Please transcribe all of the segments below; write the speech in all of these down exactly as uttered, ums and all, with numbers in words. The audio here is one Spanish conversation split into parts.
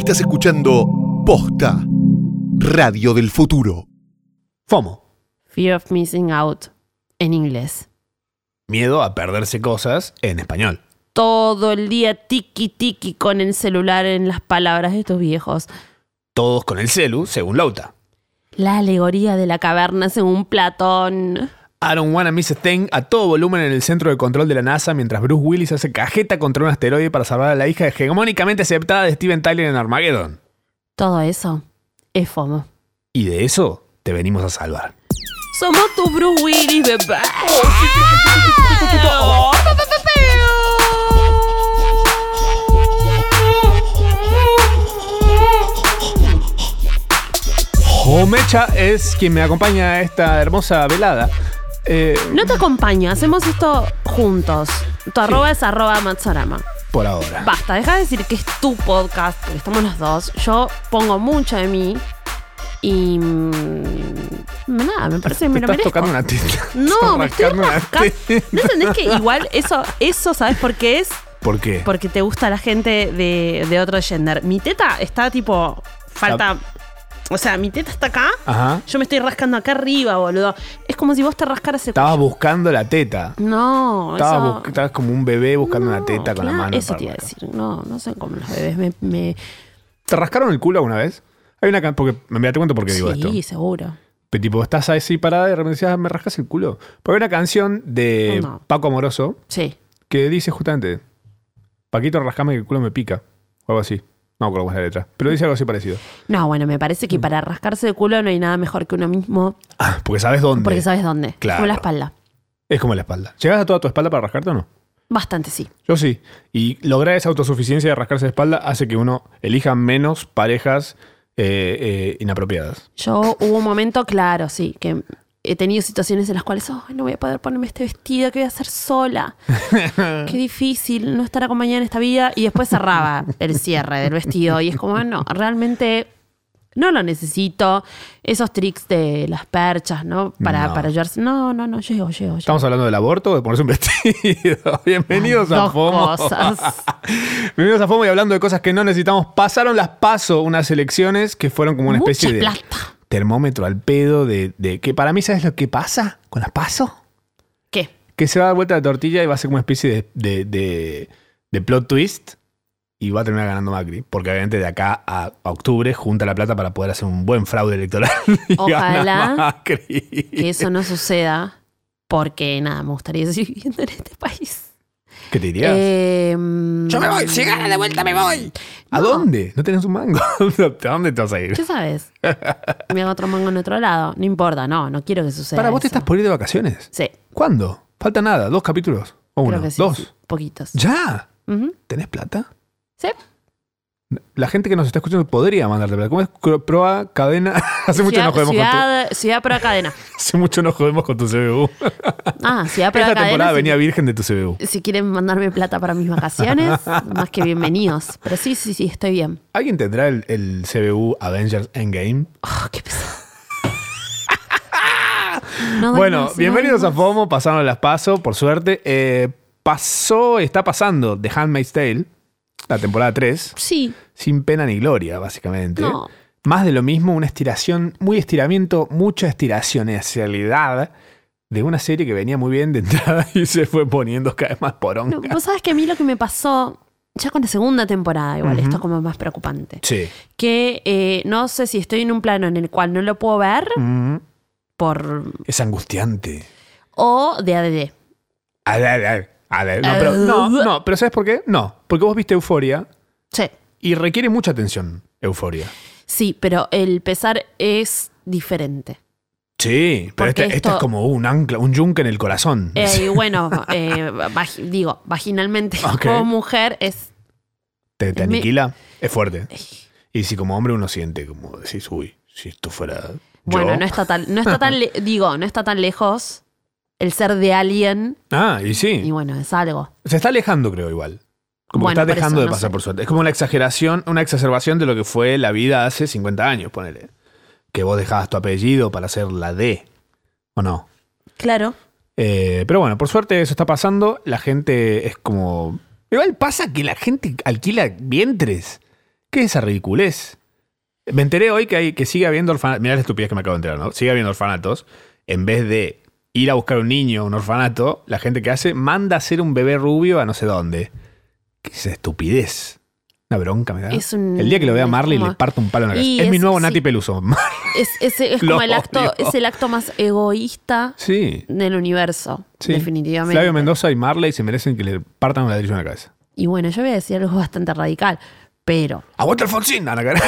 Estás escuchando Posta, Radio del Futuro. FOMO. Fear of Missing Out, en inglés. Miedo a perderse cosas en español. Todo el día tiki tiki con el celular en las palabras de estos viejos. Todos con el celu, según Lauta. La alegoría de la caverna según Platón. I don't wanna miss a thing a todo volumen en el centro de control de la NASA mientras Bruce Willis hace cajeta contra un asteroide para salvar a la hija hegemónicamente aceptada de Steven Tyler en Armageddon. Todo eso es FOMO. Y de eso te venimos a salvar. Somos tu Bruce Willis, bebé. Jomecha es quien me acompaña a esta hermosa velada. Eh, No te acompaño, hacemos esto juntos. Tu arroba es arroba Matsorama. por ahora. Basta, deja de decir que es tu podcast, porque estamos los dos. Yo pongo mucho de mí y mm, nada, me parece que me Te lo estás merezco. tocando una teta. No, me estoy Rascando una rascando. teta. ¿No entendés que igual eso, eso ¿sabes por qué es? ¿Por qué? Porque te gusta la gente de, de otro gender. Mi teta está tipo, falta... O sea, mi teta está acá, Ajá. yo me estoy rascando acá arriba, boludo. Es como si vos te rascaras el Estabas cuello. buscando la teta. No, Estabas, eso... bus- estabas como un bebé buscando no, una teta con la claro, mano. Eso para te iba a rascar. decir. No, no son como los bebés. Me, me... ¿Te rascaron el culo alguna vez? Hay una can- porque me te cuento por qué digo esto. Sí, seguro. Pero tipo, estás así parada y de repente decís, ah, me rascas el culo. Porque hay una canción de No. Paco Amoroso Sí. que dice justamente, Paquito, rascame que el culo me pica. O algo así. No me acuerdo cuál es la letra. Pero dice algo así parecido. No, bueno, me parece que para rascarse el culo no hay nada mejor que uno mismo. Ah, porque sabes dónde. Porque sabes dónde. Claro. Como la espalda. Es como la espalda. ¿Llegas a toda tu espalda para rascarte o no? Bastante, sí. Yo sí. Y lograr esa autosuficiencia de rascarse la espalda hace que uno elija menos parejas eh, eh, inapropiadas. Yo hubo un momento, claro, sí, que he tenido situaciones en las cuales, oh, no voy a poder ponerme este vestido, ¿qué voy a hacer sola? Qué difícil no estar acompañada en esta vida. Y después cerraba el cierre del vestido. Y es como, no, realmente no lo necesito. Esos tricks de las perchas, ¿no? Para, No. para ayudarse. No, no, no, llego, llego, llego. ¿Estamos hablando del aborto o de ponerse un vestido? Bienvenidos Las a dos FOMO. cosas. Bienvenidos a FOMO y hablando de cosas que no necesitamos. Pasaron las PASO, unas elecciones que fueron como una Mucha especie de plata. termómetro al pedo de, de que para mí, ¿sabes lo que pasa con las PASO? ¿Qué? Que se va a dar vuelta la tortilla y va a ser como una especie de, de, de, de plot twist y va a terminar ganando Macri. Porque obviamente de acá a, a octubre junta la plata para poder hacer un buen fraude electoral. Y Ojalá gana Macri. Que eso no suceda. Porque, nada, me gustaría seguir viviendo en este país. ¿Qué te dirías? Eh, Yo me voy, si gana de vuelta me voy. ¿A No. dónde? No tenés un mango. ¿A dónde te vas a ir? ¿Qué sabes? Me hago otro mango en otro lado. No importa, no, no quiero que suceda. Para, ¿vos te eso. estás por ir de vacaciones? Sí, ¿Cuándo? Falta nada, dos capítulos. O uno, creo que sí. dos. sí, poquitos. ¿Ya? Ujú. ¿Tenés plata? Sí. La gente que nos está escuchando podría mandarte plata. ¿Cómo es? Cro- Proa, cadena. Hace mucho Ciudad, no jodemos con tu, ciudad, ciudad Pro Cadena. hace mucho no jodemos con tu C B U. Ah, Ciudad Pro Esta Cadena. temporada si- venía virgen de tu C B U. Si quieren mandarme plata para mis vacaciones, más que bienvenidos. Pero sí, sí, sí, estoy bien. ¿Alguien tendrá el, el C B U Avengers Endgame? Oh, qué pesado. No doy Bueno, más, no bienvenidos doy a más. FOMO. Pasaron las paso, por suerte. Eh, pasó, está pasando The Handmaid's Tale, la temporada tres. Sí, Sin pena ni gloria, básicamente. no. Más de lo mismo, una estiración, muy estiramiento, mucha estiracionalidad de una serie que venía muy bien de entrada y se fue poniendo cada vez más No, poronga. vos sabés que a mí lo que me pasó, ya con la segunda temporada, igual, Ujú. esto es como más preocupante. Sí. Que eh, no sé si estoy en un plano en el cual no lo puedo ver Mm, por... es angustiante. o de A D D. A ver, a ver, a ver. No, pero, no, no, pero ¿sabes por qué? No, porque vos viste Euforia Sí, y requiere mucha atención Euforia. sí, pero el pesar es diferente. Sí, pero Porque este, este esto- es como un ancla, un yunque en el corazón. Eh, y bueno, eh, vagi- digo, vaginalmente Ok. como mujer es... Te, te me- aniquila, es fuerte. Y si como hombre uno siente como decís, uy, si esto fuera yo. Bueno, no está tan, no está tan le- digo, no está tan lejos el ser de alguien Ah, y sí. y bueno, es algo. Se está alejando, creo, igual. Como Bueno, que está por dejando eso, de no pasar sé. por suerte. Es como una exageración, una exacerbación de lo que fue la vida hace cincuenta años, ponele. Que vos dejabas tu apellido para hacer la D. ¿O no? Claro. Eh, pero bueno, por suerte eso está pasando. La gente es como... Igual pasa que la gente alquila vientres. ¿Qué es esa ridiculez? Me enteré hoy que, hay, que sigue habiendo orfanatos. Mirá la estupidez que me acabo de enterar, ¿no? Sigue habiendo orfanatos. En vez de ir a buscar un niño a un orfanato, la gente que hace manda a hacer un bebé rubio a no sé dónde. ¿Qué es esa estupidez? Una bronca me da. Es un- el día que lo vea a Marley como- le parto un palo en la cabeza. Y Es, mi es- nuevo sí. Nati Peluso. Es, es, es Lo como el acto, odio. es el acto más egoísta Sí. del universo, Sí. definitivamente. Flavio Mendoza y Marley se merecen que le partan un ladrillo en la cabeza. Y bueno, yo voy a decir algo bastante radical, pero... ¡Aguanta Alfonsín! Ana Cara.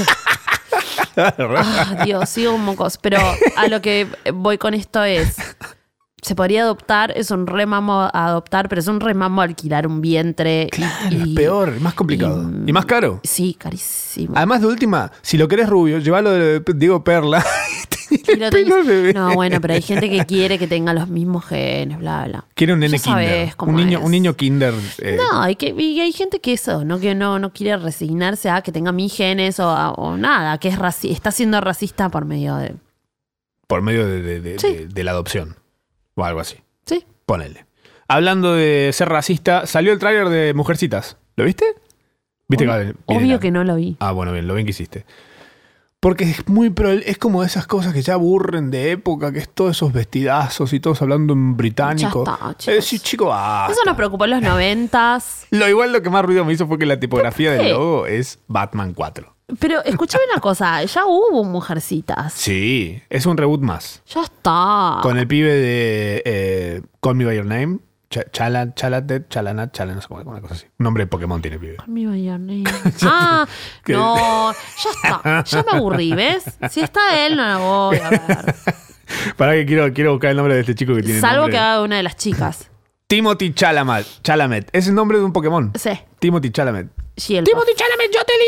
Ah, Dios, sigo un mocos. Pero a lo que voy con esto es... Se podría adoptar, es un remamo a adoptar, pero es un remamo a alquilar un vientre. y- Claro, es y- peor, es más complicado. y- Y, más caro. Sí, carísimo. Además, de última, si lo querés rubio, llévalo de Diego Perla. Y lo pelo al bebé. No, bueno, pero hay gente que quiere que tenga los mismos genes, bla, bla. Quiere un nene Ya sabés kinder. cómo Un niño, es. un niño kinder. eh, No, hay que, y hay gente que eso, ¿no? Que no, no quiere resignarse a que tenga mis genes o, a- o nada, que es raci- está siendo racista por medio de... Por medio de, de- de- Sí. de- de la adopción. O algo así. Sí. Ponele. Hablando de ser racista, salió el tráiler de Mujercitas. ¿Lo viste? ¿Viste Obvio, que viene obvio la- que no lo vi. Ah, bueno, bien, lo bien que hiciste. Porque es muy pro- es como de esas cosas que ya aburren de época, que es todos esos vestidazos y todos hablando en británico. Ya está, Eh, chicos. sí, chico, basta. Eso nos preocupó en los noventas. Lo igual lo que más ruido me hizo fue que la tipografía ¿Por qué? del logo es Batman cuatro. Pero escúchame una cosa, ya hubo Mujercitas. Sí, es un reboot más. Ya está. Con el pibe de eh, Call Me By Your Name. Ch- Chala, Chalatet, Chalanat, Chala, no sé cómo, una cosa así. Un nombre de Pokémon tiene el pibe. Call me by your name. Ah, Que- no, ya está. Ya me aburrí, ¿ves? Si está él, no la voy a ver. Para que quiero, quiero buscar el nombre de este chico que tiene Salvo nombre. que haga una de las chicas. Timothy Chalamet. Chalamet. Es el nombre de un Pokémon. Sí. Timothy Chalamet. Shield. Timothy Chalamet, yo te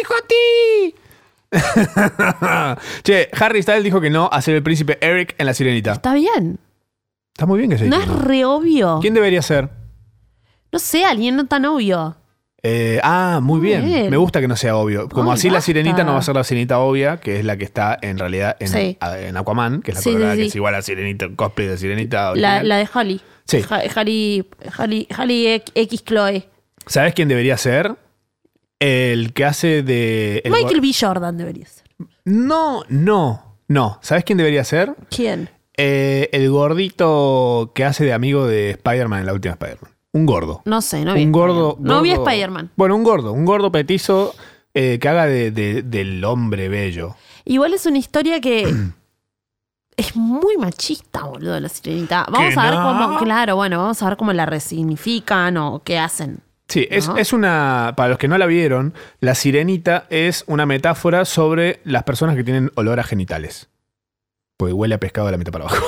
elijo a ti. Che, Harry Styles dijo que no a ser el príncipe Eric en La Sirenita. Está bien. Está muy bien que se No diga es que no. re obvio. ¿Quién debería ser? No sé, alguien no tan obvio. Eh, ah, muy Muy bien. bien. Me gusta que no sea obvio. Como Ay, así la basta. sirenita no va a ser la sirenita obvia, que es la que está en realidad en, Sí. a- en Aquaman, que es la Sí, colorada sí, que sí. es igual a sirenita, cosplay de sirenita La, original. la de Holly. Sí. Ja- Harry, Harry, Harry X Chloe. ¿Sabes quién debería ser? El que hace de... el Michael go- B. Jordan debería ser. No, no, no. ¿Sabes quién debería ser? ¿Quién? Eh, el gordito que hace de amigo de Spider-Man en la última Spider-Man. Un gordo. No sé, no vi un gordo, Spider-Man. No vi gordo- Spider-Man. Bueno, un gordo, un gordo petizo eh, que haga de, de- del hombre bello. Igual es una historia que es muy machista, boludo, la sirenita. Vamos ¿Que a ver no? cómo, claro, bueno, vamos a ver cómo la resignifican o qué hacen. Sí, es, ¿No? es una. Para los que no la vieron, la sirenita es una metáfora sobre las personas que tienen olor a genitales. Porque huele a pescado de la mitad para abajo.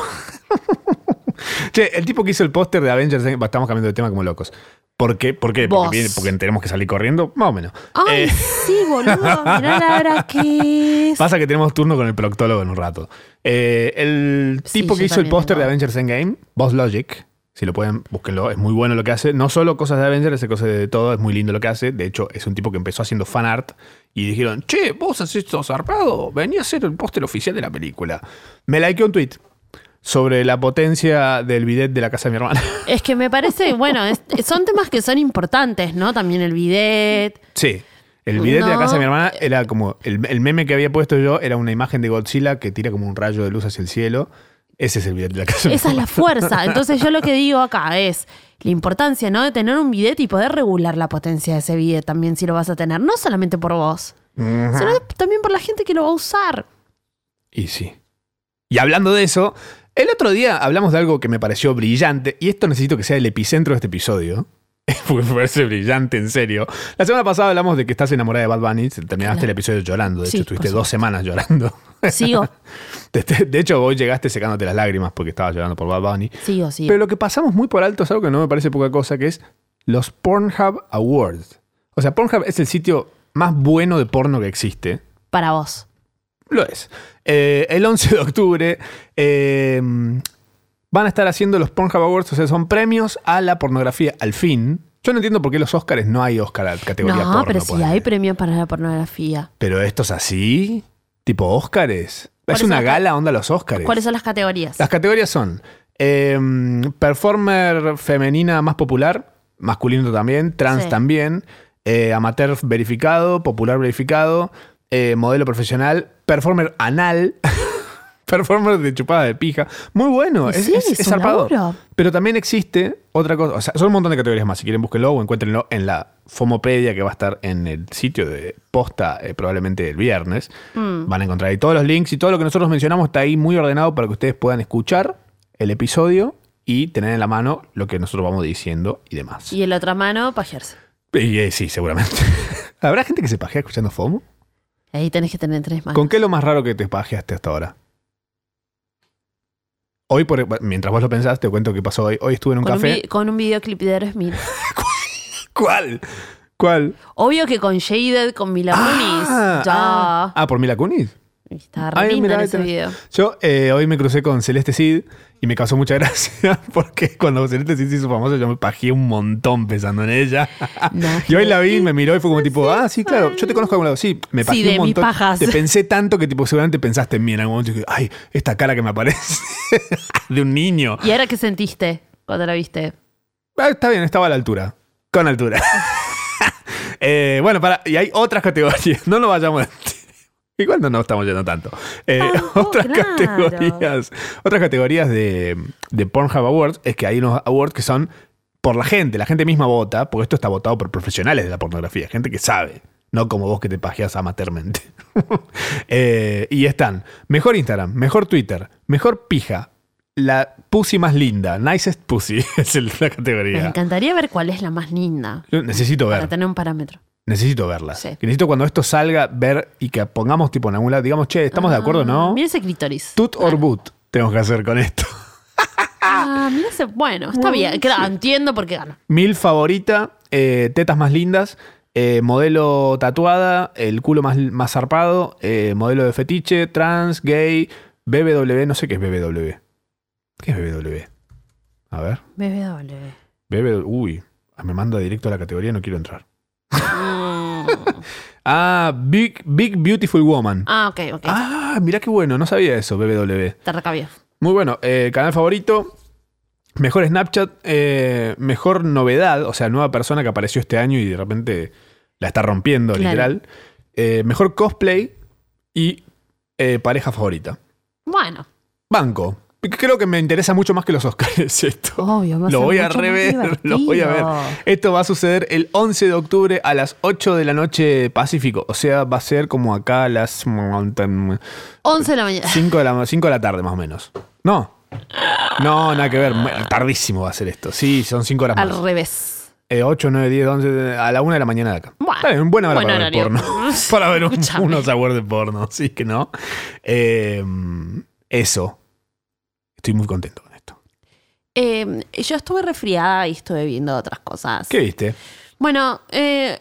Che, el tipo que hizo el póster de Avengers, Endgame- estamos cambiando de tema como locos. ¿Por qué? ¿Por qué? Vos. Porque, viene- porque tenemos que salir corriendo, más o menos. Ay, Eh, sí, boludo, mirá la hora que es. Pasa que tenemos turno con el proctólogo en un rato. Eh, el Sí, tipo yo que hizo el también póster de tengo. Avengers Endgame, Boss Logic, si lo pueden, búsquenlo, es muy bueno lo que hace. No solo cosas de Avengers, hace cosas de todo, es muy lindo lo que hace. De hecho, es un tipo que empezó haciendo fan art y dijeron, che, vos haces esto zarpado, vení a hacer el póster oficial de la película. Me likeó un tweet sobre la potencia del bidet de la casa de mi hermana. Es que me parece, bueno, es- son temas que son importantes, ¿no? También el bidet. Sí. El bidet de la No. casa de mi hermana era como. El, el meme que había puesto yo era una imagen de Godzilla que tira como un rayo de luz hacia el cielo. Ese es el bidet de la casa de mi Esa es la fuerza. Entonces yo lo que digo acá es la importancia, ¿no? De tener un bidet y poder regular la potencia de ese bidet también si lo vas a tener. No solamente por vos, hermana. sino también por la gente que lo va a usar. Y sí. Y hablando de eso, el otro día hablamos de algo que me pareció brillante, y esto necesito que sea el epicentro de este episodio, porque me parece brillante, en serio. La semana pasada hablamos de que estás enamorada de Bad Bunny, terminaste Claro. el episodio llorando, de Sí, hecho por estuviste dos supuesto. semanas llorando. Sigo, De, de hecho, hoy llegaste secándote las lágrimas porque estabas llorando por Bad Bunny. sigo, sigo. Pero lo que pasamos muy por alto es algo que no me parece poca cosa, que es los Pornhub Awards. O sea, Pornhub es el sitio más bueno de porno que existe. Para vos. Lo es. Eh, el once de octubre eh, van a estar haciendo los Pornhub Awards, o sea, son premios a la pornografía al fin. Yo no entiendo por qué los Oscars no hay Oscar a categoría No, porno. pero sí ponele. hay premios para la pornografía. Pero esto es así, tipo Oscars. Es ¿Cuáles una son las ca- gala onda los Oscars. ¿Cuáles son las categorías? Las categorías son eh, performer femenina más popular, masculino también, trans Sí. también, eh, amateur verificado, popular verificado, eh, modelo profesional, performer anal, performer de chupada de pija. Muy bueno, es, Sí, es, es es un zarpado. laburo. Pero también existe otra cosa, o sea, son un montón de categorías más. Si quieren, búsquenlo o encuéntrenlo en la Fomopedia que va a estar en el sitio de Posta eh, probablemente el viernes. Mm. Van a encontrar ahí todos los links y todo lo que nosotros mencionamos está ahí muy ordenado para que ustedes puedan escuchar el episodio y tener en la mano lo que nosotros vamos diciendo y demás. Y en la otra mano, pajearse. Y, eh, sí, seguramente. ¿Habrá gente que se pajea escuchando FOMO? Ahí tenés que tener tres manos. ¿Con qué es lo más raro que te pajeaste hasta ahora? Hoy, por, mientras vos lo pensás, te cuento qué pasó hoy. Hoy estuve en un con café. Un vi- con un videoclip de Aerosmith. ¿Cuál? ¿Cuál? Obvio que con Shaded, con Mila Kunis. Ah, Ya. ah, ah, ¿por Mila Kunis? Estaba re Ay, linda mirá, en ahí ese tenés. video. Yo eh, hoy me crucé con Celeste Cid y me causó mucha gracia porque cuando Celeste Cid se hizo famosa yo me pajeé un montón pensando en ella. No, Y hoy la vi y me miró y fue como tipo, ah, sí, claro, yo te conozco de algún lado. Sí, me pajeé Sí, de un mis montón. pajas. Te pensé tanto que tipo seguramente pensaste en mí en algún momento y dije, ay, esta cara que me aparece de un niño. ¿Y ahora qué sentiste cuando la viste? Ah, está bien, estaba a la altura. Con altura. eh, bueno, para, y hay otras categorías. No nos vayamos a... Igual no nos estamos yendo tanto. Eh, Tampoco, otras claro. categorías. Otras categorías de, de Pornhub Awards es que hay unos awards que son por la gente. La gente misma vota, porque esto está votado por profesionales de la pornografía, gente que sabe. No como vos que te pajeas amateurmente. eh, y están mejor Instagram, mejor Twitter, mejor pija, la pussy más linda, nicest pussy es el- la Me categoría. encantaría ver cuál es la más linda. Yo necesito ver. Para tener un parámetro. Necesito verla. Sí. Que necesito cuando esto salga, ver y que pongamos tipo en algún lado, digamos, che, ¿estamos de acuerdo o no? Ah, mira ese clítoris. Tut or boot tenemos que hacer con esto. Ah, mira ese. Bueno, está bien. Claro, entiendo por qué gana. Mil favorita, eh, tetas más lindas, eh, modelo tatuada, el culo más, más zarpado, eh, modelo de fetiche, trans, gay, B B W, no sé qué es B B W. ¿Qué es B B W? A ver. B B W. B B W, uy, me manda directo a la categoría, no quiero entrar. Mm. Ah, Big, Big Beautiful Woman. Ah, ok, ok. Ah, mirá qué bueno, no sabía eso, B B W. Te recabía. Muy bueno, eh, canal favorito, mejor Snapchat, eh, mejor novedad, o sea, nueva persona que apareció este año y de repente la está rompiendo, Claro. literal. Eh, mejor cosplay y eh, pareja favorita. Bueno, Banco. Creo que me interesa mucho más que los Oscars esto. obvio. Va a Lo ser voy a mucho más rever, lo voy a ver. divertido. Esto va a suceder el once de octubre a las ocho de la noche Pacífico. O sea, va a ser como acá a las once de la mañana. cinco de la, cinco de la tarde más o menos. No. No, nada que ver. Tardísimo va a ser esto. Sí, son cinco horas más. Al revés. Eh, ocho, nueve, diez, once, a la una de la mañana de acá. Bueno, Está bien, buena hora buen para ver horario. porno. Para ver un- Escúchame. unos awards de porno. Sí, que no. Eh, eso. Estoy muy contento con esto. Eh, yo estuve resfriada y estuve viendo otras cosas. ¿Qué viste? Bueno, eh,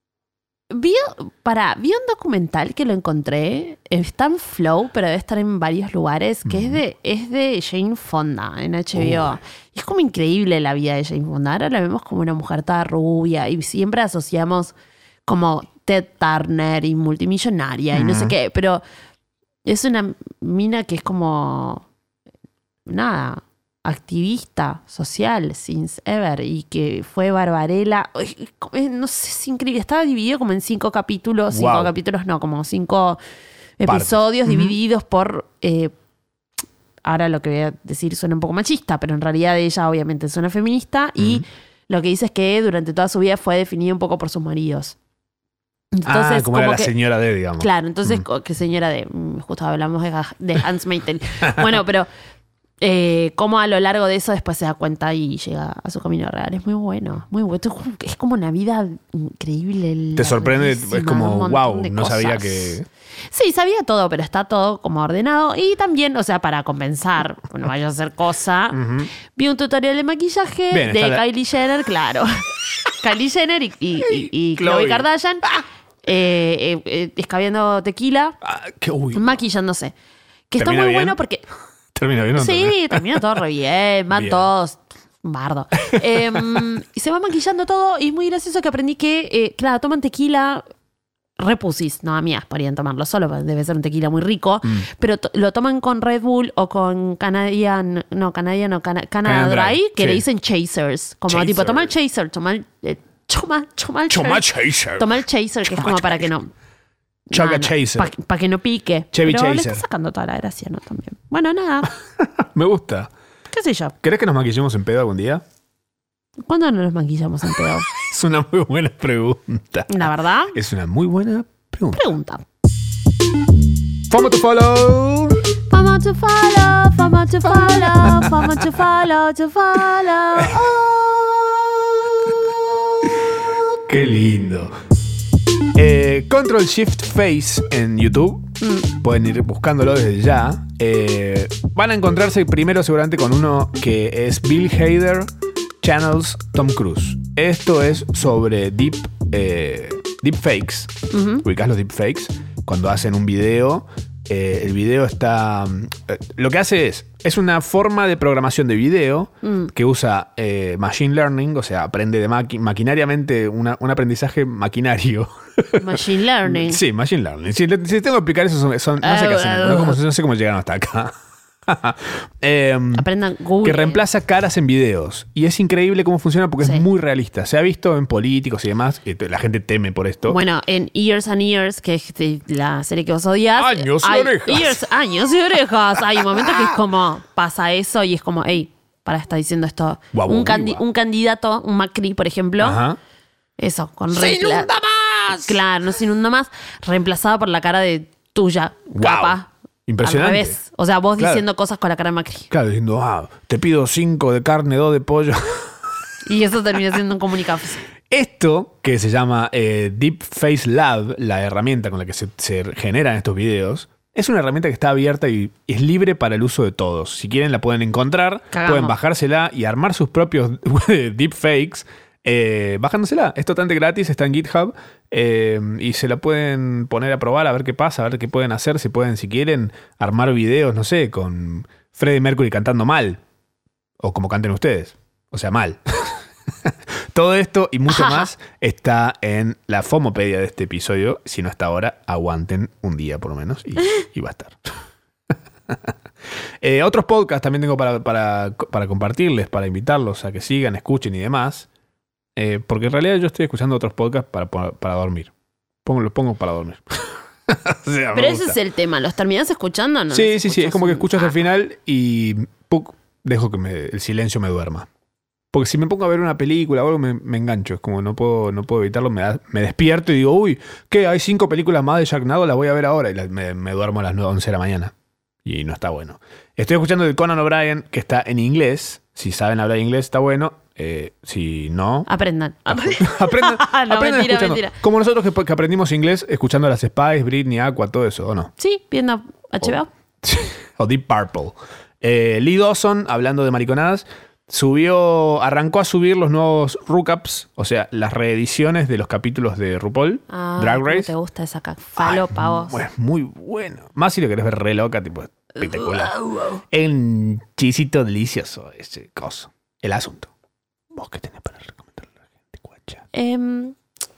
vi, para, vi un documental que lo encontré. Está en Flow, pero debe estar en varios lugares. Que es, de, es de Jane Fonda en H B O. Uy. Y es como increíble la vida de Jane Fonda. Ahora la vemos como una mujer toda rubia. Y siempre asociamos como Ted Turner y multimillonaria y no sé Ujú. qué. Pero es una mina que es como... nada, activista social since ever y que fue Barbarella. Uy, no sé, es increíble. Estaba dividido como en cinco capítulos, cinco Wow. capítulos, no, como cinco Partes. episodios Ujú. divididos por... eh, ahora lo que voy a decir suena un poco machista, pero en realidad ella obviamente es una feminista y Ujú. lo que dice es que durante toda su vida fue definida un poco por sus maridos. Entonces, ah, como, era la que, señora D, digamos. Claro, entonces, Mm. co- que señora de. mm, Justo hablamos de, de Hans Meitel. Bueno, pero eh, cómo a lo largo de eso después se da cuenta y llega a su camino real. Es muy bueno, muy bueno. Es como, es como una vida increíble. Te sorprende, larguísima, es como, un montón wow, de no sabía cosas. que... Sí, sabía todo, pero está todo como ordenado. Y también, o sea, para compensar, no vaya a hacer cosa, Ujú. vi un tutorial de maquillaje Bien, de está la- Kylie Jenner, claro. Kylie Jenner y, y, y, y Khloe Khloe. Kardashian. Eh, eh, eh, escabeando tequila, Ah, qué, uy, maquillándose. Que está ¿Termina muy bien? bueno porque. termina bien. ¿o no? Sí, termina todo re bien, van Bien. todos. Un bardo. Eh, y se va maquillando todo y es muy gracioso que aprendí que, eh, claro, toman tequila. Repusis, no amigas podrían tomarlo solo, porque debe ser un tequila muy rico, Mm. pero to- lo toman con Red Bull o con Canadian, no, Canadian, no, Cana- Canada Canada Dry, Dry, que sí. le dicen chasers. Como Chaser. tipo, toma el chaser, toma el eh, Choma, choma el Choma chaser. Chaser. Toma el chaser, que es como para que no. Chaga Chaser. Para pa que no pique. Chevy Pero le Chaser. está sacando toda la gracia, ¿no? También. Bueno, nada. Me gusta. ¿Qué sé yo? ¿Querés que nos maquillemos en pedo algún día? ¿Cuándo nos maquillamos en pedo? Es una muy buena pregunta. La verdad, Es una muy buena pregunta. pregunta. FOMO to follow. FOMO to follow, FOMO to follow, FOMO to follow, to follow. Oh. Qué lindo. Eh, Control Shift Face en YouTube. Mm. Pueden ir buscándolo desde ya. Eh, van a encontrarse primero seguramente con uno que es Bill Hader Channels Tom Cruise. Esto es sobre deep, eh, deepfakes. Uh-huh. ¿Ubicás los deepfakes? Cuando hacen un video, eh, el video está... Eh, lo que hace es... Es una forma de programación de video mm. que usa eh, Machine Learning, o sea, aprende de maqui- maquinariamente una, un aprendizaje maquinario. Machine Learning. Sí, Machine Learning. Si, si tengo que explicar eso, son, son, no sé qué hacen. No, como, no sé cómo llegaron hasta acá. eh, Aprendan Google. Que reemplaza caras en videos. Y es increíble cómo funciona porque sí. es muy realista. Se ha visto en políticos y demás. Y la gente teme por esto. Bueno, en Years and Years, que es la serie que vos odias. Años y orejas. Years, años y orejas. Hay un momento que es como pasa eso y es como, hey, para, está diciendo esto. Guau, un, guau, candi- guau. un candidato, un Macri, por ejemplo. Ajá. Eso, con ¡Se reempla- inunda más! Claro, no se inunda más. Reemplazado por la cara de tuya, Guau. capa. Impresionante. Al revés. O sea, vos Claro. diciendo cosas con la cara de Macri. Claro, diciendo, ah, te pido cinco de carne, dos de pollo. Y eso termina siendo un comunicado. Esto, que se llama eh, Deep Face Lab, la herramienta con la que se, se generan estos videos, es una herramienta que está abierta y es libre para el uso de todos. Si quieren la pueden encontrar, Cagamos. pueden bajársela y armar sus propios deepfakes eh, bajándosela. Es totalmente gratis, está en GitHub eh, y se la pueden poner a probar a ver qué pasa, a ver qué pueden hacer. Si pueden, si quieren, armar videos, no sé, con Freddie Mercury cantando mal. O como canten ustedes. O sea, mal. Todo esto y mucho más está en la Fomopedia de este episodio. Si no está ahora, aguanten un día por lo menos y, y va a estar. eh, otros podcasts también tengo para, para, para compartirles, para invitarlos a que sigan, escuchen y demás. Eh, porque en realidad yo estoy escuchando otros podcasts para, para dormir. Pongo, los pongo para dormir. O sea, Pero ese es el tema. ¿Los terminás escuchando no? Sí, sí, sí. Es como que escucho hasta el Ah. final y ¡puc! Dejo que me, el silencio me duerma. Porque si me pongo a ver una película o algo, me, me engancho. Es como no puedo, no puedo evitarlo. Me, da, me despierto y digo, uy, ¿qué? Hay cinco películas más de Sharknado, las voy a ver ahora. Y la, me, me duermo a las nueve, once de la mañana. Y no está bueno. Estoy escuchando el Conan O'Brien, que está en inglés. Si saben hablar inglés, está bueno. Eh, si no... Aprendan. aprendan No, aprendan mentira, escuchando. mentira. Como nosotros que, que aprendimos inglés escuchando a las Spice, Britney, Aqua, todo eso, ¿o no? Sí, viendo H B O. O Deep Purple. Eh, Lee Dawson, hablando de mariconadas, subió, arrancó a subir los nuevos Rookups, o sea, las reediciones de los capítulos de RuPaul, Ah, Drag ¿cómo Race. te gusta esa ca- falopa vos? Es muy bueno. Más si lo querés ver re loca, tipo espectacular. Es un chisito delicioso ese coso. El asunto. ¿Vos qué tenés para recomendarle a la gente, guacha? Em,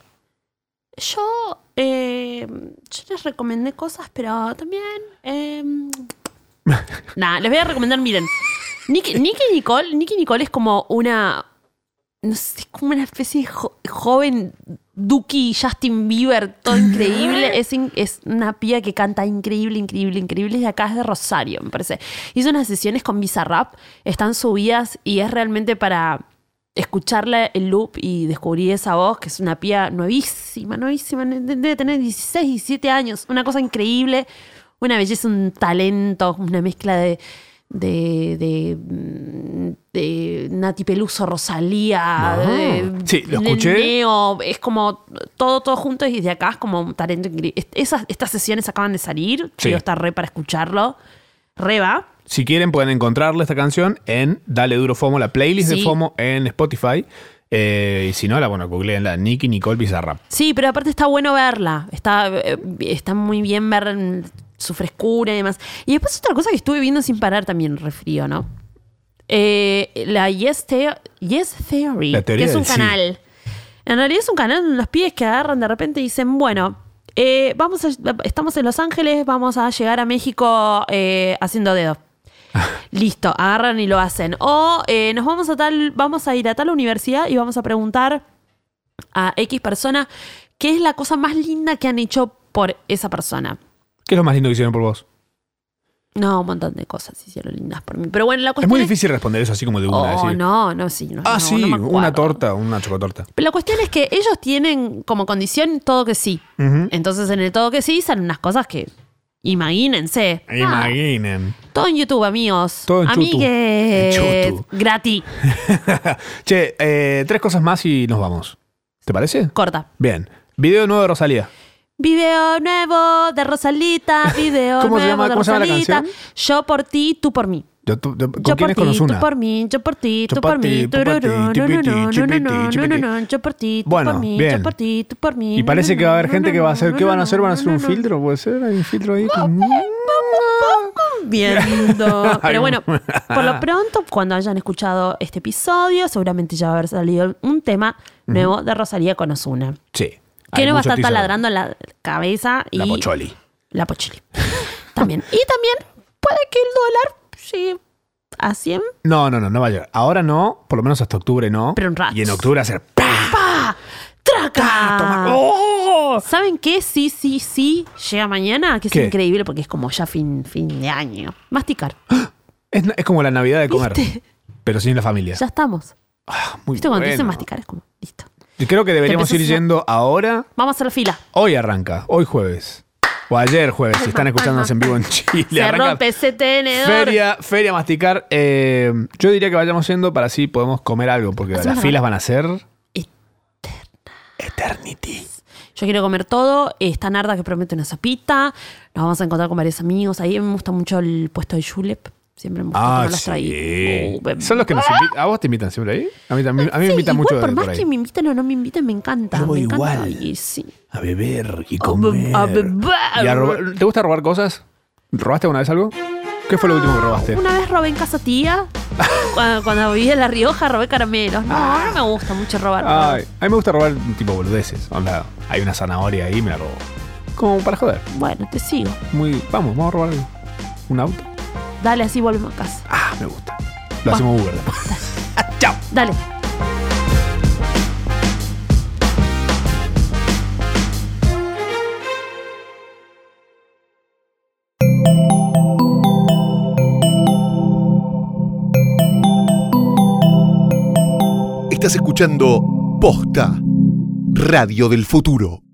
yo, eh, yo les recomendé cosas, pero también... em, Nada, les voy a recomendar, miren. Nicky, Nicky Nicole, Nicky Nicole es como una... No sé, es como una especie de jo- joven Duki, Justin Bieber, todo increíble. Es, in- es una piba que canta increíble, increíble, increíble. Y de acá es de Rosario, me parece. Hizo unas sesiones con Bizarrap, están subidas y es realmente para escucharle el loop y descubrir esa voz, que es una piba nuevísima, nuevísima. Debe tener dieciséis, diecisiete años. Una cosa increíble, una belleza, un talento, una mezcla de... de, de, de Nati Peluso, Rosalía, No. de, Sí, lo de escuché. Neo, es como todo, todo junto y de acá es como un talento increíble. Esas, estas sesiones acaban de salir, Sí. yo está re para escucharlo, re va. Si quieren pueden encontrarle esta canción en Dale Duro FOMO, la playlist Sí. de FOMO en Spotify. Eh, y si no, la bueno, googleenla, Nicky Nicole Bizarrap. Sí, pero aparte está bueno verla, está, eh, está muy bien ver mm, su frescura y demás. Y después otra cosa que estuve viendo sin parar también, re frío, ¿no? Eh, la Yes, Theo- yes Theory, La teoría que es un del sí. canal. En realidad es un canal donde los pibes que agarran de repente y dicen, bueno, eh, vamos a- estamos en Los Ángeles, vamos a llegar a México eh, haciendo dedo. Listo, agarran y lo hacen. O eh, nos vamos a tal, vamos a ir a tal universidad y vamos a preguntar a X persona, ¿qué es la cosa más linda que han hecho por esa persona? ¿Qué es lo más lindo que hicieron por vos? No, un montón de cosas hicieron lindas por mí. Pero bueno, la Es cuestión muy es... difícil responder eso así como de una. Oh, decir, no, no, sí. No, ah, no, sí, no me acuerdo. una torta, una chocotorta. Pero la cuestión es que ellos tienen como condición todo que sí. Uh-huh. Entonces en el todo que sí salen unas cosas que... Imagínense. Imaginen. Ah, todo en YouTube, amigos. Todo en Amigues. En YouTube. Gratis. Che, eh, tres cosas más y nos vamos. ¿Te parece? Corta. Bien. Video nuevo de Rosalía. Video nuevo de Rosalita. Video ¿Cómo se nuevo llama- de cómo se llama la Rosalita. canción? Yo por ti, tú por mí. Yo, tú- ¿Con Yo quién por es ti, con tú Ozuna? por mí, yo por ti, Yo tú por por ti, mí. tú por ti, Tururú, no, no, chipiti, no, no, chipiti, no, no, chipiti. no, yo por ti, tú Bueno, por mí, bien. yo por ti, tú por mí. Y parece que va a haber gente que va a hacer. No, ¿Qué no, van a hacer? ¿Van a no, hacer un no, no. filtro? ¿Puede ser? ¿Hay un filtro ahí? Viendo. Ay, Pero bueno, por lo pronto, cuando hayan escuchado este episodio, seguramente ya va a haber salido un tema nuevo de Rosalía con Ozuna. Sí. Que Hay no va a mucho estar teaser. taladrando en la cabeza y... La pocholi. La pochili. También. Y también puede que el dólar sí a cien. No, no, no, no va a llegar. Ahora no, por lo menos hasta octubre no. Pero en ratos. Y en octubre va a ser. ¡Pah! ¡Pa! ¡Traca! Toma. ¡Oh! ¿Saben qué? Sí, sí, sí. Llega mañana, que es ¿Qué? increíble porque es como ya fin, fin de año. Masticar. Es, es como la Navidad de comer. ¿Viste? Pero sin la familia. Ya estamos. Ah, muy ¿Viste? Cuando te bueno. dicen masticar es como, listo. Y creo que deberíamos Te ir empezás a- yendo ahora. Vamos a hacer la fila. Hoy arranca, hoy jueves. O ayer jueves, si están escuchándonos en vivo en Chile. Se Arranca rompe ese tenedor. Feria, feria Masticar. Eh, yo diría que vayamos yendo para así podemos comer algo, porque Hacemos las la- filas van a ser Eterna. Eternity. Yo quiero comer todo. Está Narda que promete una sopita. Nos vamos a encontrar con varios amigos. Ahí me gusta mucho el puesto de Julep. Siempre me gusta Ah, comerlos sí. ahí. Oh, bebé. Son los que nos invitan. ¿A vos te invitan siempre ahí? A mí también. A mí me Sí, invitan igual mucho por de más por ahí. que me inviten o no me inviten, me encanta. Yo voy me encanta igual. ir, sí. A beber y A comer. be- a beber. Y a robar. ¿Te gusta robar cosas? ¿Robaste alguna vez algo? ¿Qué fue lo último que robaste? Una vez robé en casa tía. cuando, cuando vivía en La Rioja robé caramelos. No, no me gusta mucho robar. Ay, a mí me gusta robar tipo boludeces. Onda, hay una zanahoria ahí y me la robo. Como para joder. Bueno, te sigo. Muy, vamos, vamos a robar algo. ¿Un auto? Dale, así volvemos a casa. Ah, me gusta. Lo hacemos Uber después. Chao. Dale. Estás escuchando Posta, Radio del Futuro.